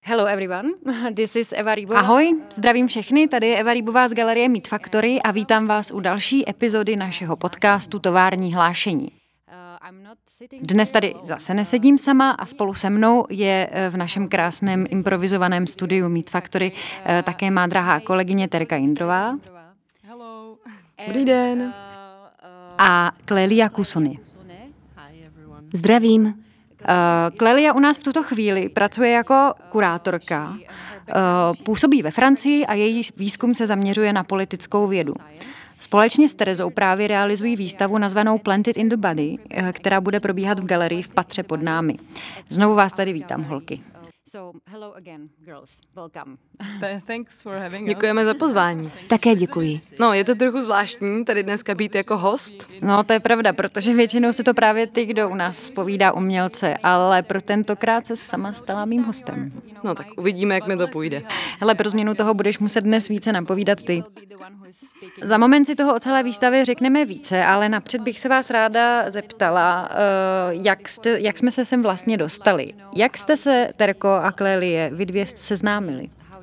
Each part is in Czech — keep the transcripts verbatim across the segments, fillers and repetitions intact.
Hello everyone, this is Eva Rybová. Ahoj, zdravím všechny, tady je Eva Rybová z galerie Meat Factory a vítám vás u další epizody našeho podcastu Tovární hlášení. Dnes tady zase nesedím sama a spolu se mnou je v našem krásném improvizovaném studiu Meat Factory také má drahá kolegyně Terka Jindrová. Dobrý den. A Clélia Kusony. Zdravím. Clélia u nás v tuto chvíli pracuje jako kurátorka, působí ve Francii a její výzkum se zaměřuje na politickou vědu. Společně s Terezou právě realizují výstavu nazvanou Planted in the Body, která bude probíhat v galerii v patře pod námi. Znovu vás tady vítám, holky. So, hello again, girls. Welcome. Thanks for having us. Děkujeme za pozvání. Také děkuji. No, je to trochu zvláštní tady dneska být jako host. No, to je pravda, protože většinou se to právě ty, kdo u nás zpovídá umělce, ale pro tentokrát se sama stala mým hostem. No, tak uvidíme, jak mi to půjde. Hele, pro změnu toho budeš muset dnes více napovídat ty. Za moment si toho o celé výstavě řekneme více, ale napřed bych se vás ráda zeptala, jak, jste, jak jsme se sem vlastně dostali. Jak jste se, Terko a Clélie, vy dvě seznámili?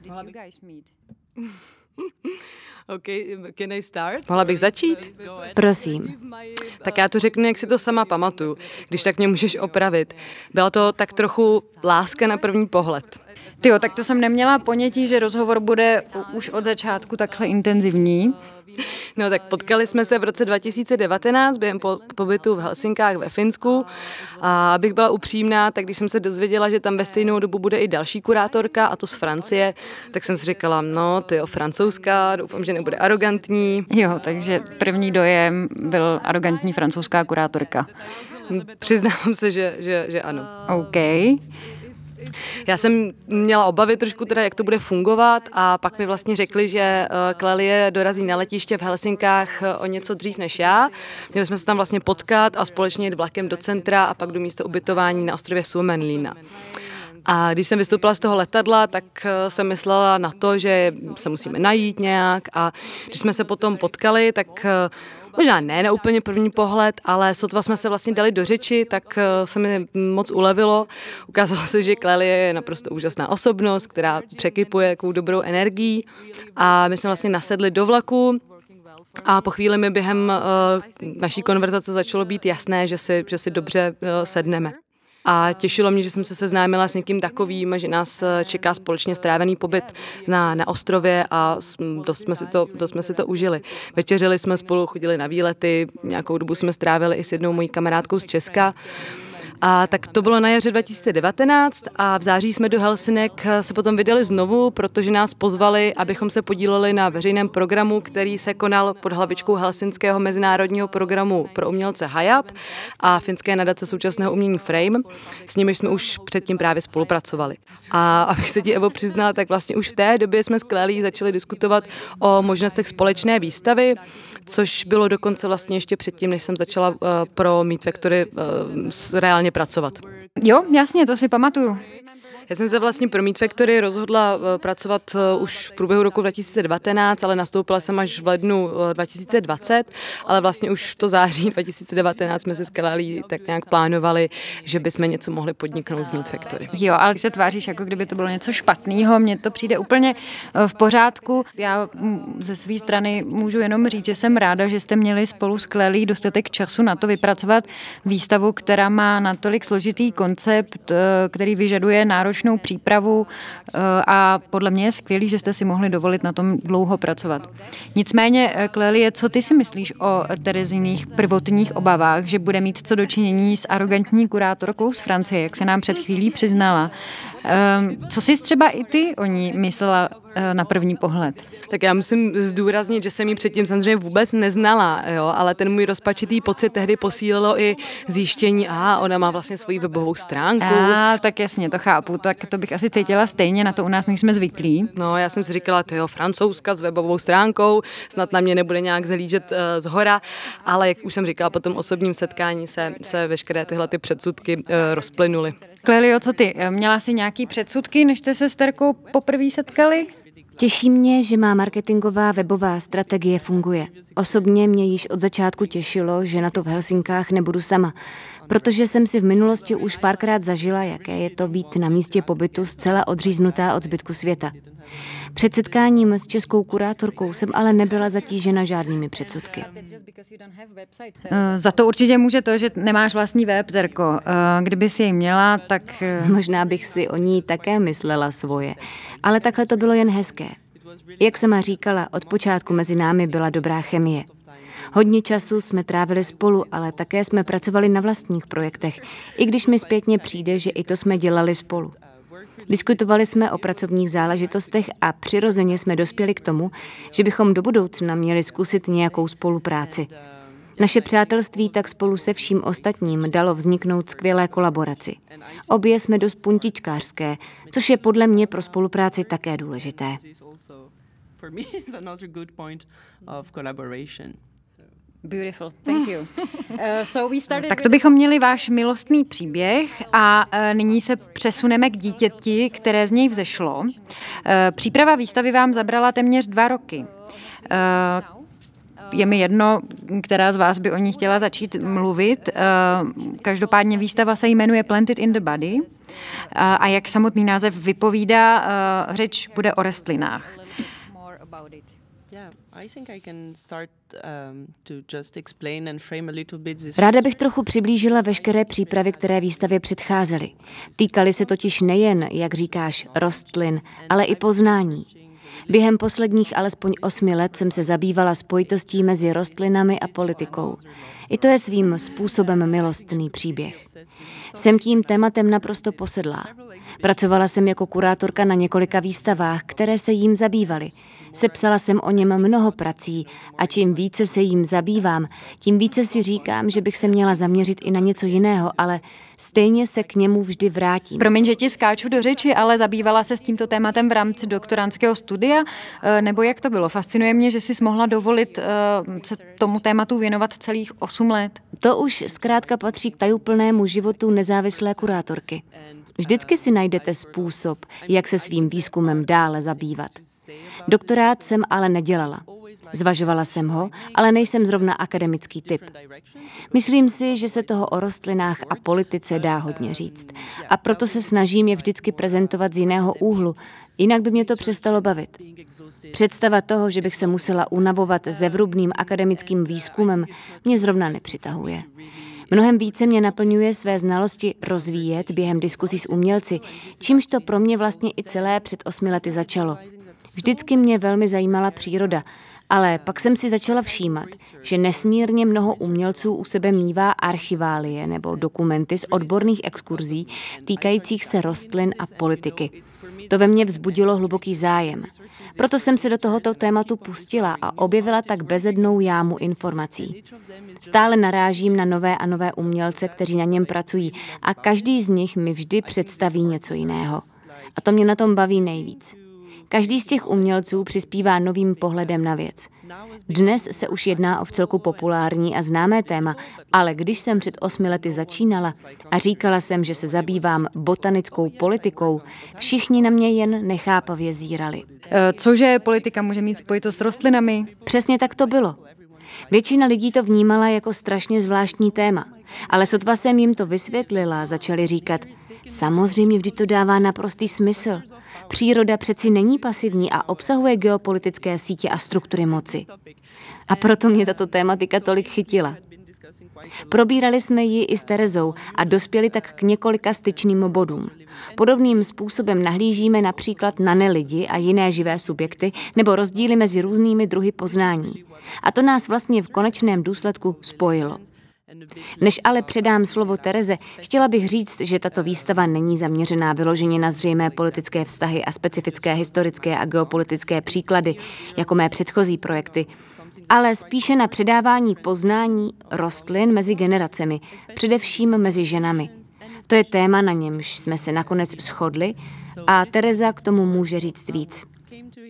Okay, can I start? Mohla bych začít? Prosím. Tak já to řeknu, jak si to sama pamatuju, když tak mě můžeš opravit. Byla to tak trochu láska na první pohled. Tyjo, tak to jsem neměla ponětí, že rozhovor bude už od začátku takhle intenzivní. No tak potkali jsme se v roce dva tisíce devatenáct během po, pobytu v Helsinkách ve Finsku a abych byla upřímná, tak když jsem se dozvěděla, že tam ve stejnou dobu bude i další kurátorka, a to z Francie, tak jsem si říkala, no tyjo, francouzská, doufám, že nebude arrogantní. Jo, takže první dojem byl arrogantní francouzská kurátorka. Přiznám se, že, že, že ano. OK. Já jsem měla obavy trošku teda, jak to bude fungovat a pak mi vlastně řekli, že Clélie dorazí na letiště v Helsinkách o něco dřív než já. Měli jsme se tam vlastně potkat a společně jít vlakem do centra a pak do místa ubytování na ostrově Suomenlinna. A když jsem vystoupila z toho letadla, tak jsem myslela na to, že se musíme najít nějak a když jsme se potom potkali, tak možná ne na úplně první pohled, ale sotva jsme se vlastně dali do řeči, tak se mi moc ulevilo. Ukázalo se, že Clélie je naprosto úžasná osobnost, která překypuje jakou dobrou energií a my jsme vlastně nasedli do vlaku a po chvíli mi během uh, naší konverzace začalo být jasné, že si, že si dobře uh, sedneme. A těšilo mě, že jsem se seznámila s někým takovým, že nás čeká společně strávený pobyt na, na ostrově a dost jsme, si to, dost jsme si to užili. Večeřili jsme spolu, chodili na výlety, nějakou dobu jsme strávili i s jednou mojí kamarádkou z Česka. A tak to bylo na jaře dva tisíce devatenáct a v září jsme do Helsinek se potom vydali znovu, protože nás pozvali, abychom se podíleli na veřejném programu, který se konal pod hlavičkou Helsinského mezinárodního programu pro umělce HAYAP a finské nadace současného umění Frame. S nimi jsme už předtím právě spolupracovali. A abych se ti, Evo, přiznala, tak vlastně už v té době jsme s Clélií začali diskutovat o možnostech společné výstavy, což bylo dokonce vlastně ještě předtím, než jsem začala uh, pro Meat Factory uh, reálně pracovat. Jo, jasně, to si pamatuju. Já jsem se vlastně pro Meat Factory rozhodla pracovat už v průběhu roku dva tisíce devatenáct, ale nastoupila jsem až v lednu dva tisíce dvacet, ale vlastně už v to září dva tisíce devatenáct jsme se s Clélií tak nějak plánovali, že bychom něco mohli podniknout v Meat Factory. Jo, ale když se tváříš, jako kdyby to bylo něco špatného, mně to přijde úplně v pořádku. Já ze své strany můžu jenom říct, že jsem ráda, že jste měli spolu s Clélií dostatek času na to vypracovat výstavu, která má natolik složitý koncept, který vyžaduje náročnou přípravu a podle mě je skvělý, že jste si mohli dovolit na tom dlouho pracovat. Nicméně, Clélie, co ty si myslíš o Tereziných prvotních obavách, že bude mít co dočinění s arrogantní kurátorkou z Francie, jak se nám před chvílí přiznala? Co jsi třeba i ty o ní myslela na první pohled? Tak já musím zdůraznit, že jsem ji předtím samozřejmě vůbec neznala, jo, ale ten můj rozpačitý pocit tehdy posílilo i zjištění, a ona má vlastně svoji webovou stránku. A tak jasně, to chápu, tak to bych asi cítila stejně, na to u nás nejsme zvyklí. No, já jsem si říkala, to jo, Francouzska s webovou stránkou, snad na mě nebude nějak zhlížet uh, zhora, ale jak už jsem říkala, po tom osobním setkání se, se veškeré tyhle ty předsudky uh, rozplynuly. Clélio, co ty? Měla jsi nějaký předsudky, než jste se s Terkou poprvé setkali? Těší mě, že má marketingová webová strategie funguje. Osobně mě již od začátku těšilo, že na to v Helsinkách nebudu sama, protože jsem si v minulosti už párkrát zažila, jaké je to být na místě pobytu zcela odříznutá od zbytku světa. Před setkáním s českou kurátorkou jsem ale nebyla zatížena žádnými předsudky. Za to určitě může to, že nemáš vlastní web, Terko. Kdyby si ji měla, tak... Možná bych si o ní také myslela svoje, ale takhle to bylo jen hezké. Jak sama říkala, od počátku mezi námi byla dobrá chemie. Hodně času jsme trávili spolu, ale také jsme pracovali na vlastních projektech, i když mi zpětně přijde, že i to jsme dělali spolu. Diskutovali jsme o pracovních záležitostech a přirozeně jsme dospěli k tomu, že bychom do budoucna měli zkusit nějakou spolupráci. Naše přátelství tak spolu se vším ostatním dalo vzniknout skvělé kolaboraci. Obě jsme dost puntičkářské, což je podle mě pro spolupráci také důležité. Beautiful, thank you. Uh, so we started... Tak to bychom měli váš milostný příběh a uh, nyní se přesuneme k dítěti, které z něj vzešlo. Uh, příprava výstavy vám zabrala téměř dva roky. Uh, je mi jedno, která z vás by o ní chtěla začít mluvit. Uh, každopádně výstava se jmenuje Planted in the Body uh, a jak samotný název vypovídá, uh, řeč bude o rostlinách. Ráda bych trochu přiblížila veškeré přípravy, které výstavě předcházely. Týkaly se totiž nejen, jak říkáš, rostlin, ale i poznání. Během posledních alespoň osmi let jsem se zabývala spojitostí mezi rostlinami a politikou. I to je svým způsobem milostný příběh. Jsem tím tématem naprosto posedlá. Pracovala jsem jako kurátorka na několika výstavách, které se jím zabývaly. Sepsala jsem o něm mnoho prací a čím více se jím zabývám, tím více si říkám, že bych se měla zaměřit i na něco jiného, ale stejně se k němu vždy vrátím. Promiň, že ti skáču do řeči, ale zabývala se s tímto tématem v rámci doktorandského studia, nebo jak to bylo? Fascinuje mě, že jsi mohla dovolit se tomu tématu věnovat celých osm let. To už zkrátka patří k tajuplnému životu nezávislé kurátorky. Vždycky si najdete způsob, jak se svým výzkumem dále zabývat. Doktorát jsem ale nedělala. Zvažovala jsem ho, ale nejsem zrovna akademický typ. Myslím si, že se toho o rostlinách a politice dá hodně říct. A proto se snažím je vždycky prezentovat z jiného úhlu, jinak by mě to přestalo bavit. Představa toho, že bych se musela unavovat zevrubným akademickým výzkumem, mě zrovna nepřitahuje. Mnohem více mě naplňuje své znalosti rozvíjet během diskuzí s umělci, čímž to pro mě vlastně i celé před osmi lety začalo. Vždycky mě velmi zajímala příroda, ale pak jsem si začala všímat, že nesmírně mnoho umělců u sebe mívá archiválie nebo dokumenty z odborných exkurzí týkajících se rostlin a politiky. To ve mně vzbudilo hluboký zájem. Proto jsem se do tohoto tématu pustila a objevila tak bezednou jámu informací. Stále narážím na nové a nové umělce, kteří na něm pracují a každý z nich mi vždy představí něco jiného. A to mě na tom baví nejvíc. Každý z těch umělců přispívá novým pohledem na věc. Dnes se už jedná o vcelku populární a známé téma, ale když jsem před osmi lety začínala a říkala jsem, že se zabývám botanickou politikou, všichni na mě jen nechápavě zírali. Cože politika může mít spojitost s rostlinami? Přesně tak to bylo. Většina lidí to vnímala jako strašně zvláštní téma, ale sotva jsem jim to vysvětlila, začali říkat, samozřejmě vždy to dává naprostý smysl. Příroda přeci není pasivní a obsahuje geopolitické sítě a struktury moci. A proto mě tato tématika tolik chytila. Probírali jsme ji i s Terezou a dospěli tak k několika styčným bodům. Podobným způsobem nahlížíme například na nelidi a jiné živé subjekty nebo rozdíly mezi různými druhy poznání. A to nás vlastně v konečném důsledku spojilo. Než ale předám slovo Tereze, chtěla bych říct, že tato výstava není zaměřená vyloženě na zřejmé politické vztahy a specifické historické a geopolitické příklady, jako mé předchozí projekty, ale spíše na předávání poznání rostlin mezi generacemi, především mezi ženami. To je téma, na němž jsme se nakonec shodli a Tereza k tomu může říct víc.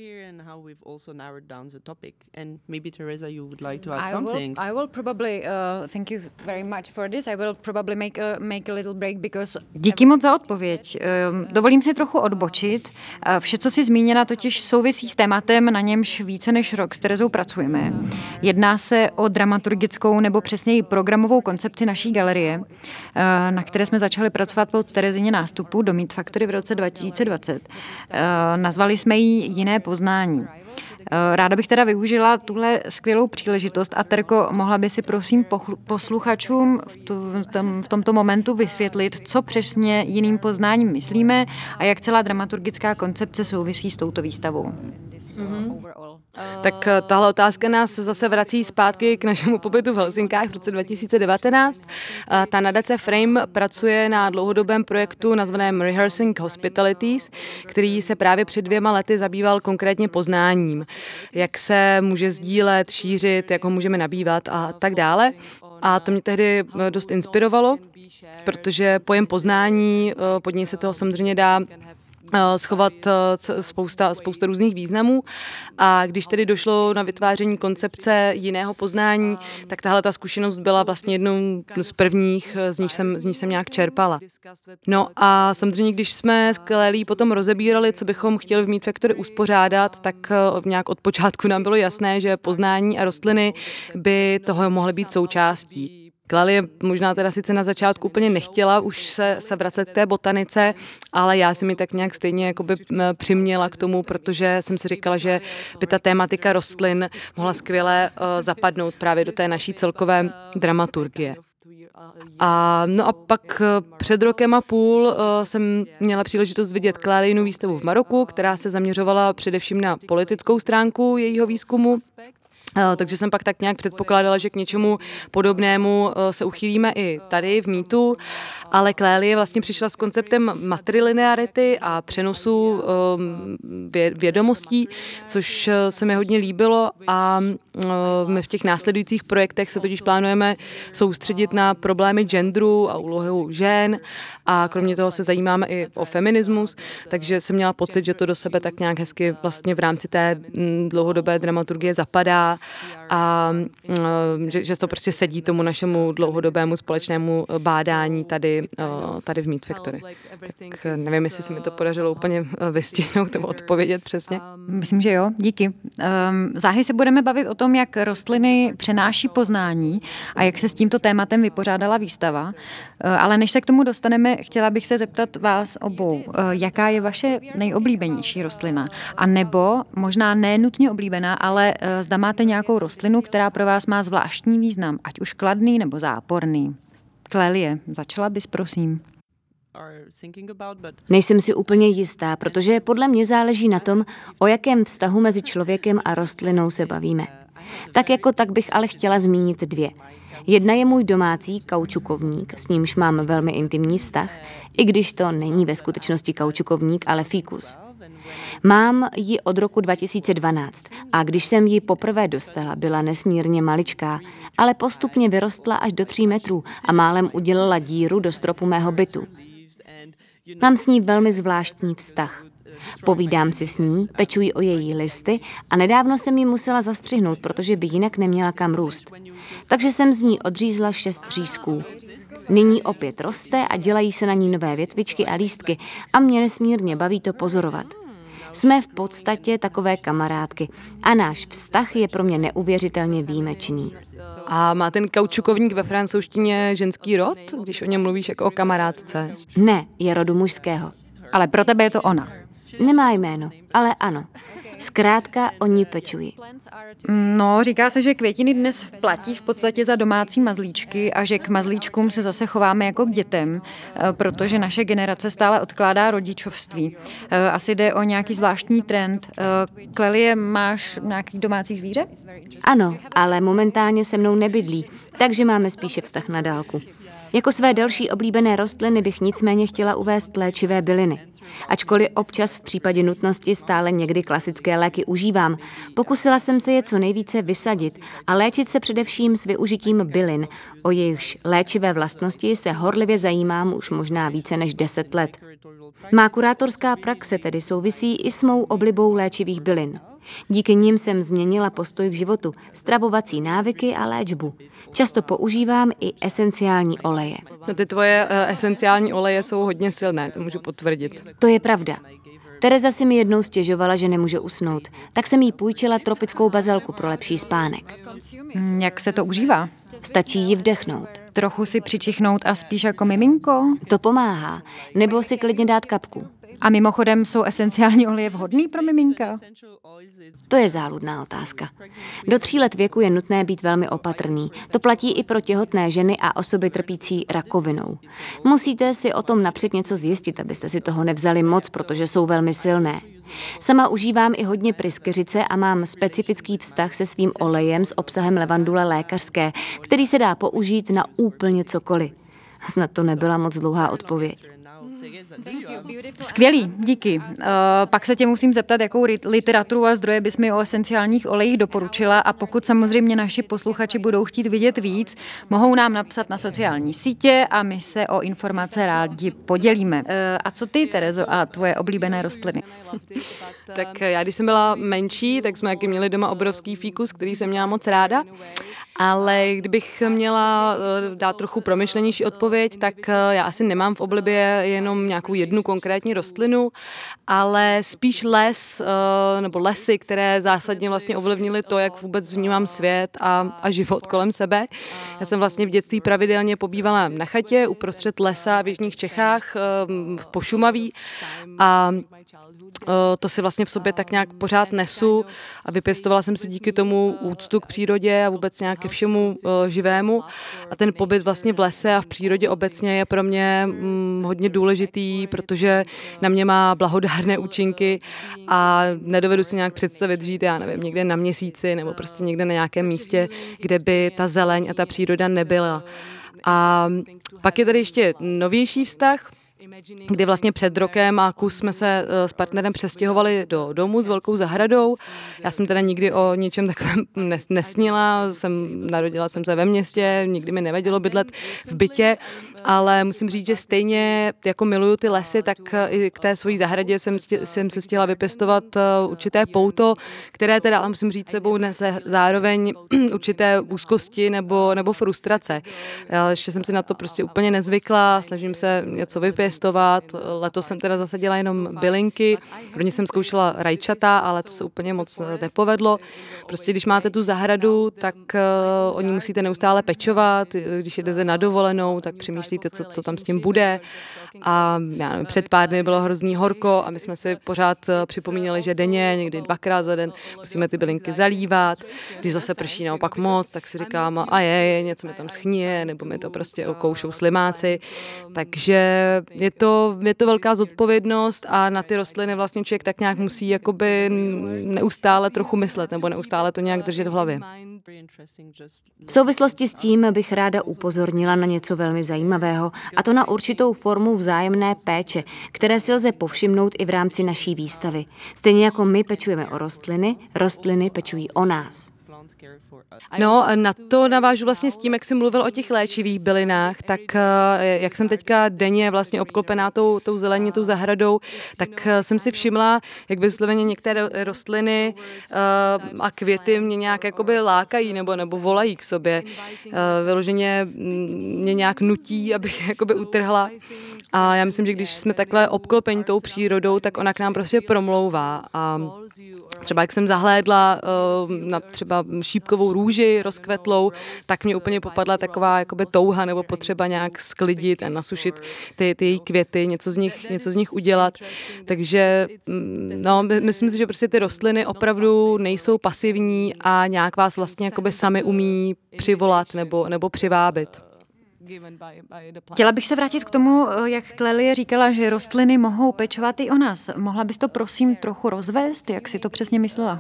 I will, I will probably uh, thank you very much for this. I will probably make a, make a little break because díky moc za odpověď. Um, dovolím si trochu odbočit. Uh, vše, co si zmíněna, totiž souvisí s tématem, na němž více než rok s Terezou pracujeme. Jedná se o dramaturgickou nebo přesněji programovou koncepci naší galerie, uh, na které jsme začali pracovat po Terezině nástupu do Meat Factory v roce dva tisíce dvacet. Uh, nazvali jsme ji Jiné poznání. Ráda bych teda využila tuhle skvělou příležitost a Terko, mohla by si prosím posluchačům v, tu, v, tom, v tomto momentu vysvětlit, co přesně jiným poznáním myslíme a jak celá dramaturgická koncepce souvisí s touto výstavou. Mm-hmm. Tak tahle otázka nás zase vrací zpátky k našemu pobytu v Helsinkách v roce dva tisíce devatenáct. Ta nadace Frame pracuje na dlouhodobém projektu nazvaném Rehearsing Hospitalities, který se právě před dvěma lety zabýval konkrétně poznáním, jak se může sdílet, šířit, jak ho můžeme nabývat a tak dále. A to mě tehdy dost inspirovalo, protože pojem poznání, pod něj se toho samozřejmě dá schovat spousta, spousta různých významů. A když tedy došlo na vytváření koncepce jiného poznání, tak tahle ta zkušenost byla vlastně jednou z prvních, z níž jsem, z níž jsem nějak čerpala. No a samozřejmě, když jsme s Kelly potom rozebírali, co bychom chtěli v Meat Factory uspořádat, tak nějak od počátku nám bylo jasné, že poznání a rostliny by toho mohly být součástí. Kelly možná teda sice na začátku úplně nechtěla už se, se vracet k té botanice, ale já jsem mi tak nějak stejně jakoby přiměla k tomu, protože jsem si říkala, že by ta tématika rostlin mohla skvěle uh, zapadnout právě do té naší celkové dramaturgie. A no a pak před rokem a půl uh, jsem měla příležitost vidět Kellyinu výstavu v Maroku, která se zaměřovala především na politickou stránku jejího výzkumu. Takže jsem pak tak nějak předpokládala, že k něčemu podobnému se uchýlíme i tady v Meatu, ale Kelly vlastně přišla s konceptem matrilinearity a přenosu vědomostí, což se mi hodně líbilo a my v těch následujících projektech se totiž plánujeme soustředit na problémy genderu a úlohu žen a kromě toho se zajímáme i o feminismus, takže jsem měla pocit, že to do sebe tak nějak hezky vlastně v rámci té dlouhodobé dramaturgie zapadá a že, že to prostě sedí tomu našemu dlouhodobému společnému bádání tady, tady v Meat Factory. Tak nevím, jestli se mi to podařilo úplně vystihnout nebo odpovědět přesně. Myslím, že jo, díky. Záhy se budeme bavit o tom, jak rostliny přenáší poznání a jak se s tímto tématem vypořádala výstava. Ale než se k tomu dostaneme, chtěla bych se zeptat vás obou, jaká je vaše nejoblíbenější rostlina? A nebo možná ne nutně oblíbená, ale zda máte nějakou rostlinu, která pro vás má zvláštní význam, ať už kladný nebo záporný. Kelly, začala bys, prosím. Nejsem si úplně jistá, protože podle mě záleží na tom, o jakém vztahu mezi člověkem a rostlinou se bavíme. Tak jako tak bych ale chtěla zmínit dvě. Jedna je můj domácí kaučukovník, s nímž mám velmi intimní vztah, i když to není ve skutečnosti kaučukovník, ale fikus. Mám ji od roku dva tisíce dvanáct a když jsem ji poprvé dostala, byla nesmírně maličká, ale postupně vyrostla až do tří metrů a málem udělala díru do stropu mého bytu. Mám s ní velmi zvláštní vztah. Povídám si s ní, pečuji o její listy a nedávno jsem ji musela zastřihnout, protože by jinak neměla kam růst. Takže jsem z ní odřízla šest řízků. Nyní opět roste a dělají se na ní nové větvičky a lístky a mě nesmírně baví to pozorovat. Jsme v podstatě takové kamarádky a náš vztah je pro mě neuvěřitelně výjimečný. A má ten kaučukovník ve francouzštině ženský rod, když o něm mluvíš jako o kamarádce? Ne, je rodu mužského. Ale pro tebe je to ona. Nemá jméno, ale ano. Zkrátka o ní pečuji. No, říká se, že květiny dnes platí v podstatě za domácí mazlíčky a že k mazlíčkům se zase chováme jako k dětem, protože naše generace stále odkládá rodičovství. Asi jde o nějaký zvláštní trend. Kelly, máš nějaký domácí zvíře? Ano, ale momentálně se mnou nebydlí, takže máme spíše vztah na dálku. Jako své další oblíbené rostliny bych nicméně chtěla uvést léčivé byliny. Ačkoliv občas v případě nutnosti stále někdy klasické léky užívám, pokusila jsem se je co nejvíce vysadit a léčit se především s využitím bylin. O jejichž léčivé vlastnosti se horlivě zajímám už možná více než deset let. Má kurátorská praxe tedy souvisí i s mou oblibou léčivých bylin. Díky nim jsem změnila postoj k životu, stravovací návyky a léčbu. Často používám i esenciální oleje. No ty tvoje uh, esenciální oleje jsou hodně silné, to můžu potvrdit. To je pravda. Tereza si mi jednou stěžovala, že nemůže usnout, tak jsem jí půjčila tropickou bazalku pro lepší spánek. Hmm, jak se to užívá? Stačí ji vdechnout. Trochu si přičichnout a spíš jako miminko? To pomáhá, nebo si klidně dát kapku. A mimochodem jsou esenciální oleje vhodný pro miminka? To je záludná otázka. Do tří let věku je nutné být velmi opatrný. To platí i pro těhotné ženy a osoby trpící rakovinou. Musíte si o tom napřed něco zjistit, abyste si toho nevzali moc, protože jsou velmi silné. Sama užívám i hodně pryskyřice a mám specifický vztah se svým olejem s obsahem levandule lékařské, který se dá použít na úplně cokoliv. Snad to nebyla moc dlouhá odpověď. Skvělý, díky. Uh, pak se tě musím zeptat, jakou literaturu a zdroje bys mi o esenciálních olejích doporučila, a pokud samozřejmě naši posluchači budou chtít vidět víc, mohou nám napsat na sociální sítě a my se o informace rádi podělíme. Uh, a co ty, Terezo, a tvoje oblíbené rostliny? Tak já, když jsem byla menší, tak jsme taky měli doma obrovský fíkus, který jsem měla moc ráda. Ale kdybych měla dát trochu promyšlenější odpověď, tak já asi nemám v oblibě jenom nějakou jednu konkrétní rostlinu, ale spíš les nebo lesy, které zásadně vlastně ovlivnily to, jak vůbec vnímám svět a, a život kolem sebe. Já jsem vlastně v dětství pravidelně pobývala na chatě uprostřed lesa v jižních Čechách, v Pošumaví, a to si vlastně v sobě tak nějak pořád nesu a vypěstovala jsem si díky tomu úctu k přírodě a vůbec nějak ke všemu uh, živému. A ten pobyt vlastně v lese a v přírodě obecně je pro mě mm, hodně důležitý, protože na mě má blahodárné účinky a nedovedu si nějak představit žít, já nevím, někde na Měsíci nebo prostě někde na nějakém místě, kde by ta zeleň a ta příroda nebyla. A pak je tady ještě novější vztah, kdy vlastně před rokem a kus jsme se s partnerem přestěhovali do domu s velkou zahradou. Já jsem teda nikdy o ničem takovém nesnila, jsem, narodila jsem se ve městě, nikdy mi nevadilo bydlet v bytě, ale musím říct, že stejně jako miluju ty lesy, tak i k té svojí zahradě jsem, jsem se chtěla vypěstovat určité pouto, které teda, ale musím říct, sebou nese zároveň určité úzkosti nebo, nebo frustrace. Já ještě jsem si na to prostě úplně nezvykla, snažím se něco vypěstovat. Letos jsem teda zasadila jenom bylinky, pro ně jsem zkoušela rajčata, ale to se úplně moc nepovedlo. Prostě když máte tu zahradu, tak uh, o ní musíte neustále pečovat, když jdete na dovolenou, tak přemýšlíte, co, co tam s tím bude. A já nevím, před pár dny bylo hrozný horko a my jsme si pořád připomínali, že denně, někdy dvakrát za den musíme ty bylinky zalívat. Když zase prší naopak moc, tak si říkám, a je, něco mi tam schníje, nebo mi to prostě okoušou slimáci. Takže je to, je to velká zodpovědnost a na ty rostliny vlastně člověk tak nějak musí jakoby neustále trochu myslet nebo neustále to nějak držet v hlavě. V souvislosti s tím bych ráda upozornila na něco velmi zajímavého, a to na určitou formu vzájemné péče, které si lze povšimnout i v rámci naší výstavy. Stejně jako my pečujeme o rostliny, rostliny pečují o nás. No, na to navážu vlastně s tím, jak jsi mluvil o těch léčivých bylinách, tak jak jsem teďka denně vlastně obklopená tou, tou zelení, tou zahradou, tak jsem si všimla, jak vysloveně některé rostliny a květy mě nějak jakoby lákají nebo, nebo volají k sobě. Vyloženě mě nějak nutí, abych jakoby utrhla. A já myslím, že když jsme takhle obklopeni tou přírodou, tak ona k nám prostě promlouvá. A třeba jak jsem zahlédla na třeba šípkovou růži rozkvetlou, tak mě úplně popadla taková jakoby touha nebo potřeba nějak sklidit a nasušit ty, ty její květy, něco z nich, něco z nich udělat. Takže no, myslím si, že prostě ty rostliny opravdu nejsou pasivní a nějak vás vlastně jakoby sami umí přivolat nebo, nebo přivábit. Chtěla bych se vrátit k tomu, jak Clélie říkala, že rostliny mohou pečovat i o nás. Mohla bys to prosím trochu rozvést, jak si to přesně myslela?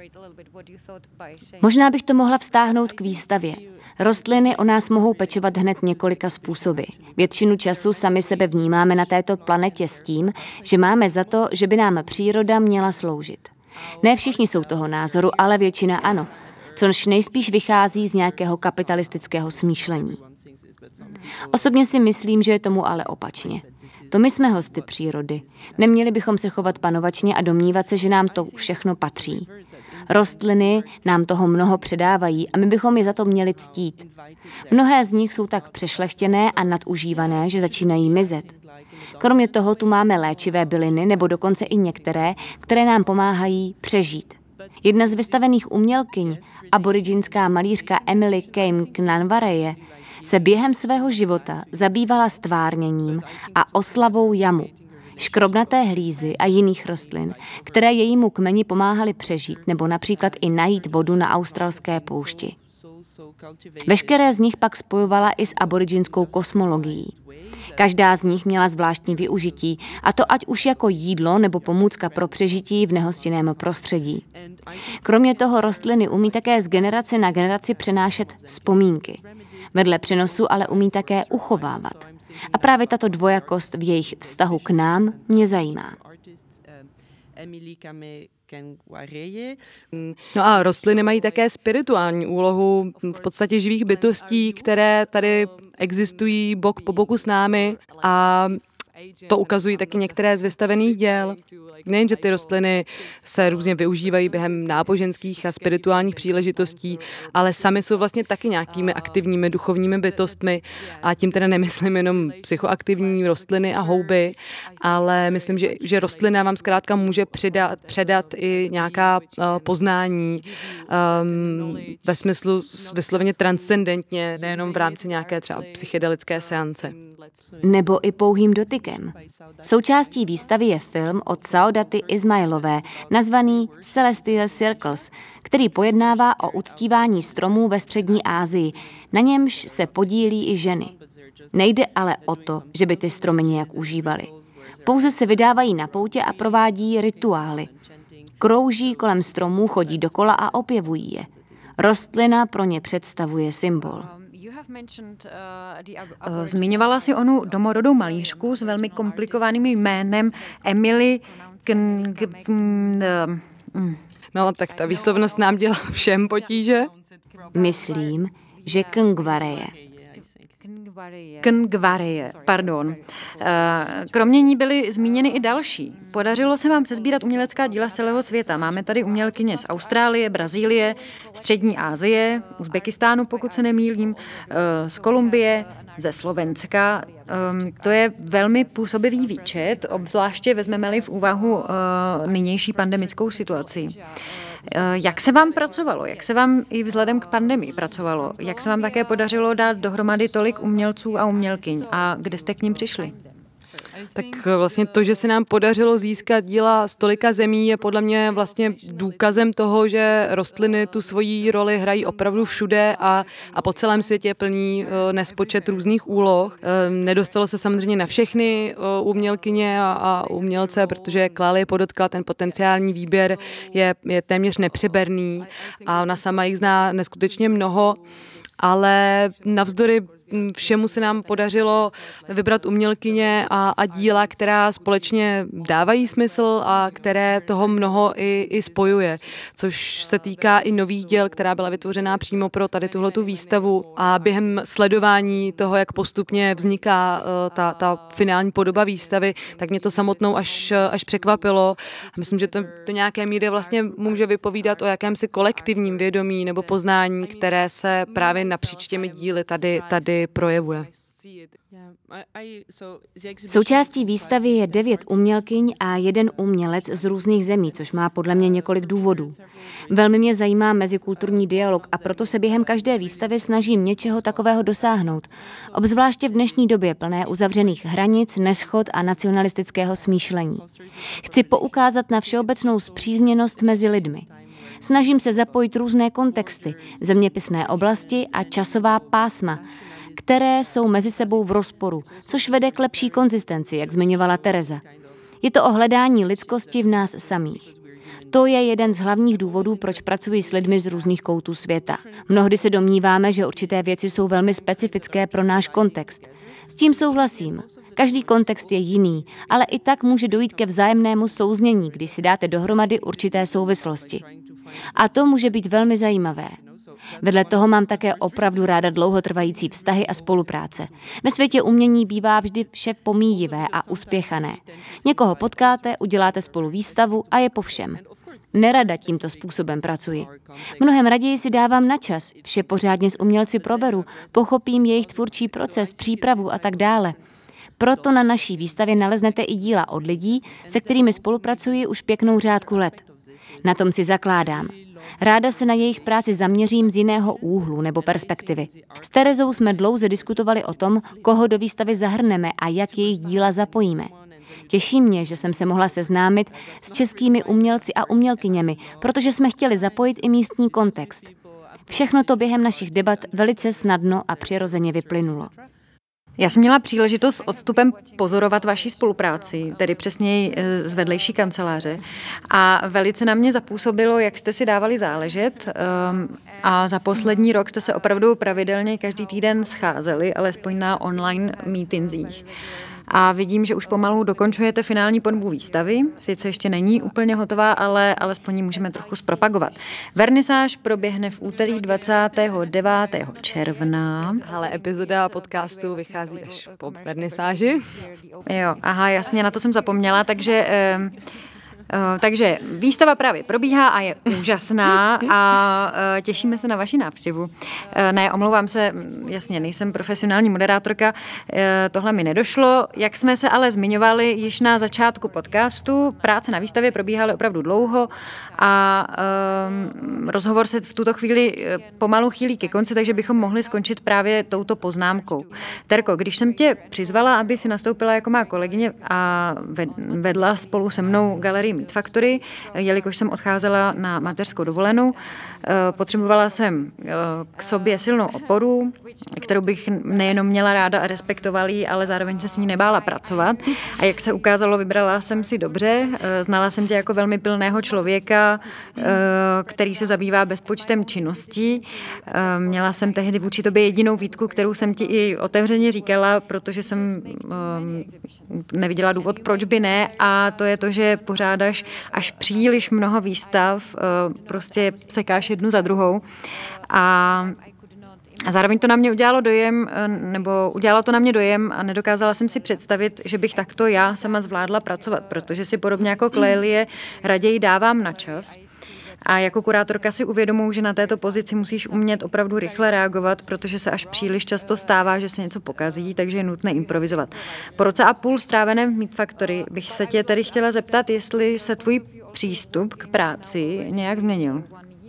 Možná bych to mohla vztáhnout k výstavě. Rostliny o nás mohou pečovat hned několika způsoby. Většinu času sami sebe vnímáme na této planetě s tím, že máme za to, že by nám příroda měla sloužit. Ne všichni jsou toho názoru, ale většina ano, což nejspíš vychází z nějakého kapitalistického smýšlení. Osobně si myslím, že je tomu ale opačně. To my jsme hosty přírody. Neměli bychom se chovat panovačně a domnívat se, že nám to všechno patří. Rostliny nám toho mnoho předávají a my bychom je za to měli ctít. Mnohé z nich jsou tak přešlechtěné a nadužívané, že začínají mizet. Kromě toho tu máme léčivé byliny nebo dokonce i některé, které nám pomáhají přežít. Jedna z vystavených umělkyň, aboriginská malířka Emily Kame Knanwareje, se během svého života zabývala stvárněním a oslavou jamu, škrobnaté hlízy a jiných rostlin, které jejímu kmeni pomáhaly přežít nebo například i najít vodu na australské poušti. Veškeré z nich pak spojovala i s aboriginskou kosmologií. Každá z nich měla zvláštní využití, a to ať už jako jídlo nebo pomůcka pro přežití v nehostinném prostředí. Kromě toho rostliny umí také z generace na generaci přenášet vzpomínky. Vedle přenosu ale umí také uchovávat. A právě tato dvojakost v jejich vztahu k nám mě zajímá. No a rostliny mají také spirituální úlohu v podstatě živých bytostí, které tady existují bok po boku s námi a to ukazují taky některé z vystavených děl. Nejenže ty rostliny se různě využívají během náboženských a spirituálních příležitostí, ale sami jsou vlastně taky nějakými aktivními duchovními bytostmi a tím teda nemyslím jenom psychoaktivní rostliny a houby, ale myslím, že, že rostlina vám zkrátka může přidat, předat i nějaká uh, poznání um, ve smyslu vysloveně transcendentně, nejenom v rámci nějaké třeba psychedelické seance. Nebo i pouhým dotykem. Součástí výstavy je film od Saodaty Ismailové, nazvaný Celestial Circles, který pojednává o uctívání stromů ve střední Asii, na němž se podílí i ženy. Nejde ale o to, že by ty stromy nějak užívaly. Pouze se vydávají na poutě a provádí rituály. Krouží kolem stromů, chodí dokola a opěvují je. Rostlina pro ně představuje symbol. Zmiňovala si onu domorodou malířku s velmi komplikovaným jménem Emily Kn... No, tak ta výslovnost nám dělá všem potíže. Myslím, že Knanwareje. Knanwareje, pardon. Kromě ní byly zmíněny i další. Podařilo se vám sesbírat umělecká díla z celého světa. Máme tady umělkyně z Austrálie, Brazílie, Střední Asie, Uzbekistánu, pokud se nemýlím, z Kolumbie, ze Slovenska. To je velmi působivý výčet, obzvláště vezmeme-li v úvahu nynější pandemickou situaci. Jak se vám pracovalo? Jak se vám i vzhledem k pandemii pracovalo? Jak se vám také podařilo dát dohromady tolik umělců a umělkyň? A kde jste k nim přišli? Tak vlastně to, že se nám podařilo získat díla z tolika zemí, je podle mě vlastně důkazem toho, že rostliny tu svoji roli hrají opravdu všude a, a po celém světě plní uh, nespočet různých úloh. Uh, nedostalo se samozřejmě na všechny uh, umělkyně a, a umělce, protože Clalie podotkala, ten potenciální výběr je, je téměř nepřeberný a ona sama jich zná neskutečně mnoho, ale navzdory všemu se nám podařilo vybrat umělkyně a, a díla, která společně dávají smysl a které toho mnoho i, i spojuje, což se týká i nových děl, která byla vytvořená přímo pro tady tuhletu výstavu a během sledování toho, jak postupně vzniká uh, ta, ta finální podoba výstavy, tak mě to samotnou až, až překvapilo. Myslím, že to do nějaké míry vlastně může vypovídat o jakémsi kolektivním vědomí nebo poznání, které se právě napříč těmi díly tady, tady projevuje. Součástí výstavy je devět umělkyň a jeden umělec z různých zemí, což má podle mě několik důvodů. Velmi mě zajímá mezikulturní dialog a proto se během každé výstavy snažím něčeho takového dosáhnout. Obzvláště v dnešní době plné uzavřených hranic, neschod a nacionalistického smýšlení. Chci poukázat na všeobecnou spřízněnost mezi lidmi. Snažím se zapojit různé kontexty, zeměpisné oblasti a časová pásma, které jsou mezi sebou v rozporu, což vede k lepší konzistenci, jak zmiňovala Tereza. Je to o hledání lidskosti v nás samých. To je jeden z hlavních důvodů, proč pracuji s lidmi z různých koutů světa. Mnohdy se domníváme, že určité věci jsou velmi specifické pro náš kontext. S tím souhlasím. Každý kontext je jiný, ale i tak může dojít ke vzájemnému souznění, když si dáte dohromady určité souvislosti. A to může být velmi zajímavé. Vedle toho mám také opravdu ráda dlouhotrvající vztahy a spolupráce. Ve světě umění bývá vždy vše pomíjivé a uspěchané. Někoho potkáte, uděláte spolu výstavu a je po všem. Nerada tímto způsobem pracuji. Mnohem raději si dávám na čas, vše pořádně s umělci proberu, pochopím jejich tvůrčí proces, přípravu a tak dále. Proto na naší výstavě naleznete i díla od lidí, se kterými spolupracuji už pěknou řádku let. Na tom si zakládám. Ráda se na jejich práci zaměřím z jiného úhlu nebo perspektivy. S Terezou jsme dlouze diskutovali o tom, koho do výstavy zahrneme a jak jejich díla zapojíme. Těší mě, že jsem se mohla seznámit s českými umělci a umělkyněmi, protože jsme chtěli zapojit i místní kontext. Všechno to během našich debat velice snadno a přirozeně vyplynulo. Já jsem měla příležitost s odstupem pozorovat vaši spolupráci, tedy přesněji z vedlejší kanceláře, a velice na mě zapůsobilo, jak jste si dávali záležet, a za poslední rok jste se opravdu pravidelně každý týden scházeli, alespoň na online meetingsích. A vidím, že už pomalu dokončujete finální podobu výstavy. Sice ještě není úplně hotová, ale alespoň ji můžeme trochu zpropagovat. Vernisáž proběhne v úterý dvacátého devátého června. Ale epizoda podcastu vychází až po vernisáži. Jo, aha, jasně, na to jsem zapomněla, takže... Eh, Takže výstava právě probíhá a je úžasná a těšíme se na vaši návštěvu. Ne, omlouvám se, jasně, nejsem profesionální moderátorka, tohle mi nedošlo. Jak jsme se ale zmiňovali již na začátku podcastu, práce na výstavě probíhaly opravdu dlouho a um, rozhovor se v tuto chvíli pomalu chýlí ke konci, takže bychom mohli skončit právě touto poznámkou. Terko, když jsem tě přizvala, aby si nastoupila jako má kolegyně a vedla spolu se mnou galerii Meat Factory, jelikož jsem odcházela na mateřskou dovolenou, potřebovala jsem k sobě silnou oporu, kterou bych nejenom měla ráda a respektovala ji, ale zároveň se s ní nebála pracovat. A jak se ukázalo, vybrala jsem si dobře. Znala jsem tě jako velmi pilného člověka, který se zabývá bezpočtem činností. Měla jsem tehdy vůči tobě jedinou výtku, kterou jsem ti i otevřeně říkala, protože jsem neviděla důvod, proč by ne, a to je to, že pořádáš až příliš mnoho výstav, prostě sekáš jednu za druhou. A A zároveň to na mě udělalo dojem, nebo udělalo to na mě dojem a nedokázala jsem si představit, že bych takto já sama zvládla pracovat, protože si podobně jako Clélie raději dávám na čas. A jako kurátorka si uvědomuji, že na této pozici musíš umět opravdu rychle reagovat, protože se až příliš často stává, že se něco pokazí, takže je nutné improvizovat. Po roce a půl stráveném v Meat Factory bych se tě tedy chtěla zeptat, jestli se tvůj přístup k práci nějak změnil.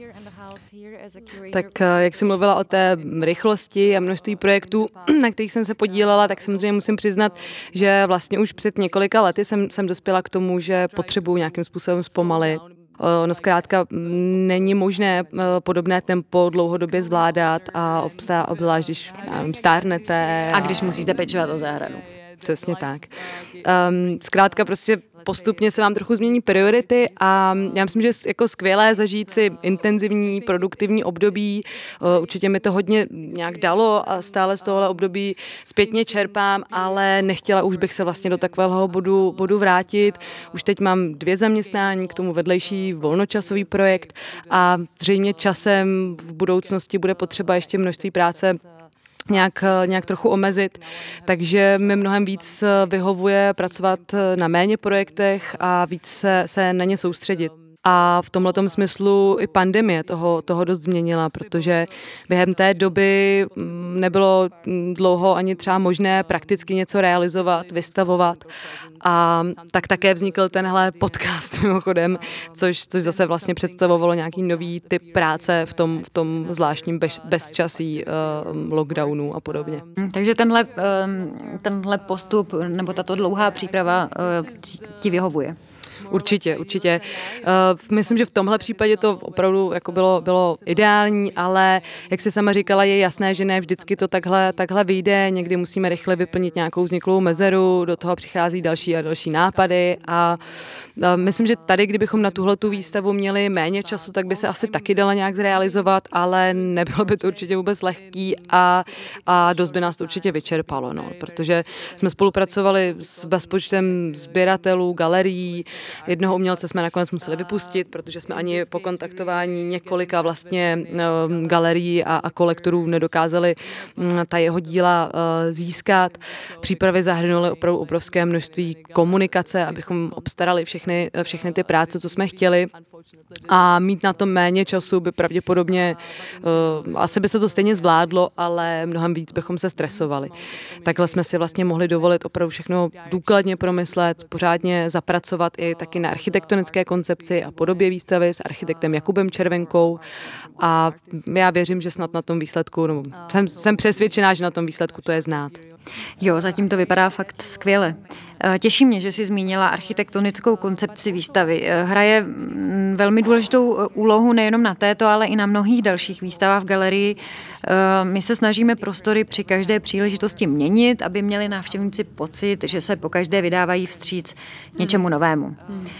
Tak jak jsi mluvila o té rychlosti a množství projektů, na kterých jsem se podílela, tak samozřejmě musím přiznat, že vlastně už před několika lety jsem, jsem dospěla k tomu, že potřebuji nějakým způsobem zpomalit. Ono zkrátka není možné podobné tempo dlouhodobě zvládat a obzvlášť, když stárnete. A když musíte pečovat o zahradu. Přesně tak. Um, zkrátka prostě postupně se vám trochu změní priority a já myslím, že je jako skvělé zažít si intenzivní, produktivní období. Určitě mi to hodně nějak dalo a stále z tohohle období zpětně čerpám, ale nechtěla už bych se vlastně do takového bodu, bodu vrátit. Už teď mám dvě zaměstnání, k tomu vedlejší volnočasový projekt a zřejmě časem v budoucnosti bude potřeba ještě množství práce Nějak, nějak trochu omezit, takže mi mnohem víc vyhovuje pracovat na méně projektech a víc se, se na ně soustředit. A v tomhletom smyslu i pandemie toho, toho dost změnila, protože během té doby nebylo dlouho ani třeba možné prakticky něco realizovat, vystavovat. A tak také vznikl tenhle podcast mimochodem, což, což zase vlastně představovalo nějaký nový typ práce v tom, v tom zvláštním bez, bezčasí uh, lockdownu a podobně. Takže tenhle, tenhle postup nebo tato dlouhá příprava uh, ti vyhovuje? Určitě, určitě. Uh, myslím, že v tomhle případě to opravdu jako bylo, bylo ideální, ale jak jsi sama říkala, je jasné, že ne vždycky to takhle, takhle vyjde. Někdy musíme rychle vyplnit nějakou vzniklou mezeru, do toho přichází další a další nápady a uh, myslím, že tady, kdybychom na tuhletu výstavu měli méně času, tak by se asi taky dala nějak zrealizovat, ale nebylo by to určitě vůbec lehký a, a dost by nás to určitě vyčerpalo, no, protože jsme spolupracovali s bezpočtem sběratelů, galerií, Jednoho umělce jsme nakonec museli vypustit, protože jsme ani po kontaktování několika vlastně galerií a, a kolektorů nedokázali ta jeho díla získat. Přípravy zahrnuly opravdu obrovské množství komunikace, abychom obstarali všechny, všechny ty práce, co jsme chtěli. A mít na to méně času by pravděpodobně, uh, asi by se to stejně zvládlo, ale mnohem víc bychom se stresovali. Takhle jsme si vlastně mohli dovolit opravdu všechno důkladně promyslet, pořádně zapracovat i taky na architektonické koncepci a podobě výstavy s architektem Jakubem Červenkou a já věřím, že snad na tom výsledku, no, jsem, jsem přesvědčená, že na tom výsledku to je znát. Jo, zatím to vypadá fakt skvěle. Těší mě, že jsi zmínila architektonickou koncepci výstavy. Hraje velmi důležitou úlohu nejenom na této, ale i na mnohých dalších výstavách v galerii. My se snažíme prostory při každé příležitosti měnit, aby měli návštěvníci pocit, že se pokaždé vydávají vstříc něčemu novému.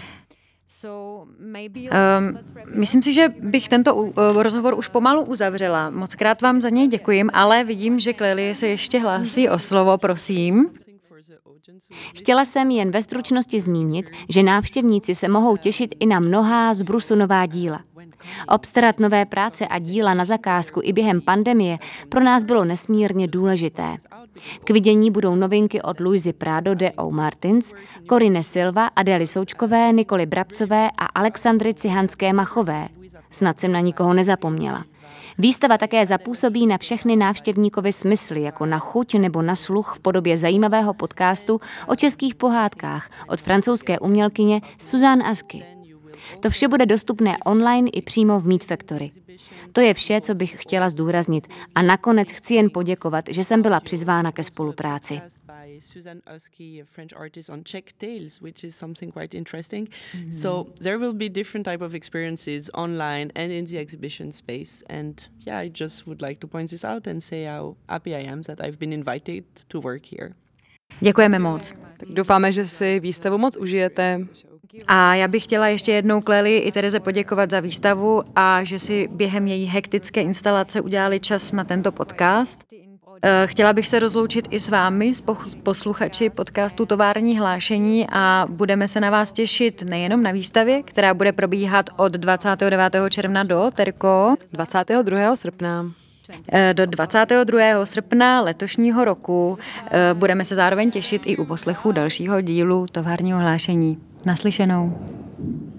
Um, myslím si, že bych tento uh, rozhovor už pomalu uzavřela. Moc krát vám za něj děkuji, ale vidím, že Clélie se ještě hlásí o slovo, prosím. Chtěla jsem jen ve stručnosti zmínit, že návštěvníci se mohou těšit i na mnohá zbrusu nová díla. Obstarat nové práce a díla na zakázku i během pandemie pro nás bylo nesmírně důležité. K vidění budou novinky od Luisy Prado de O. Martins, Korine Silva, Adély Součkové, Nikoly Brabcové a Alexandry Cihanské-Machové. Snad jsem na nikoho nezapomněla. Výstava také zapůsobí na všechny návštěvníkovy smysly, jako na chuť nebo na sluch v podobě zajímavého podcastu o českých pohádkách od francouzské umělkyně Suzanne Asky. To vše bude dostupné online i přímo v Meat Factory. To je vše, co bych chtěla zdůraznit. A nakonec chci jen poděkovat, že jsem byla přizvána ke spolupráci. Suzanne Oski, a French artist on Czech tales, which is something quite interesting. Mm-hmm. So there will be different type of experiences online and in the exhibition space. And yeah, I just would like to point this out and say how happy I am that I've been invited to work here. Děkujeme moc. Tak doufáme, že si výstavu moc užijete. A já bych chtěla ještě jednou Clélii i Tereze poděkovat za výstavu a že si během její hektické instalace udělali čas na tento podcast. Chtěla bych se rozloučit i s vámi, s posluchači podcastu Tovární hlášení a budeme se na vás těšit nejenom na výstavě, která bude probíhat od dvacátého devátého června do, Terko? dvacátého druhého srpna. Do dvacátého druhého srpna letošního roku. Budeme se zároveň těšit i u poslechu dalšího dílu Továrního hlášení. Naslyšenou.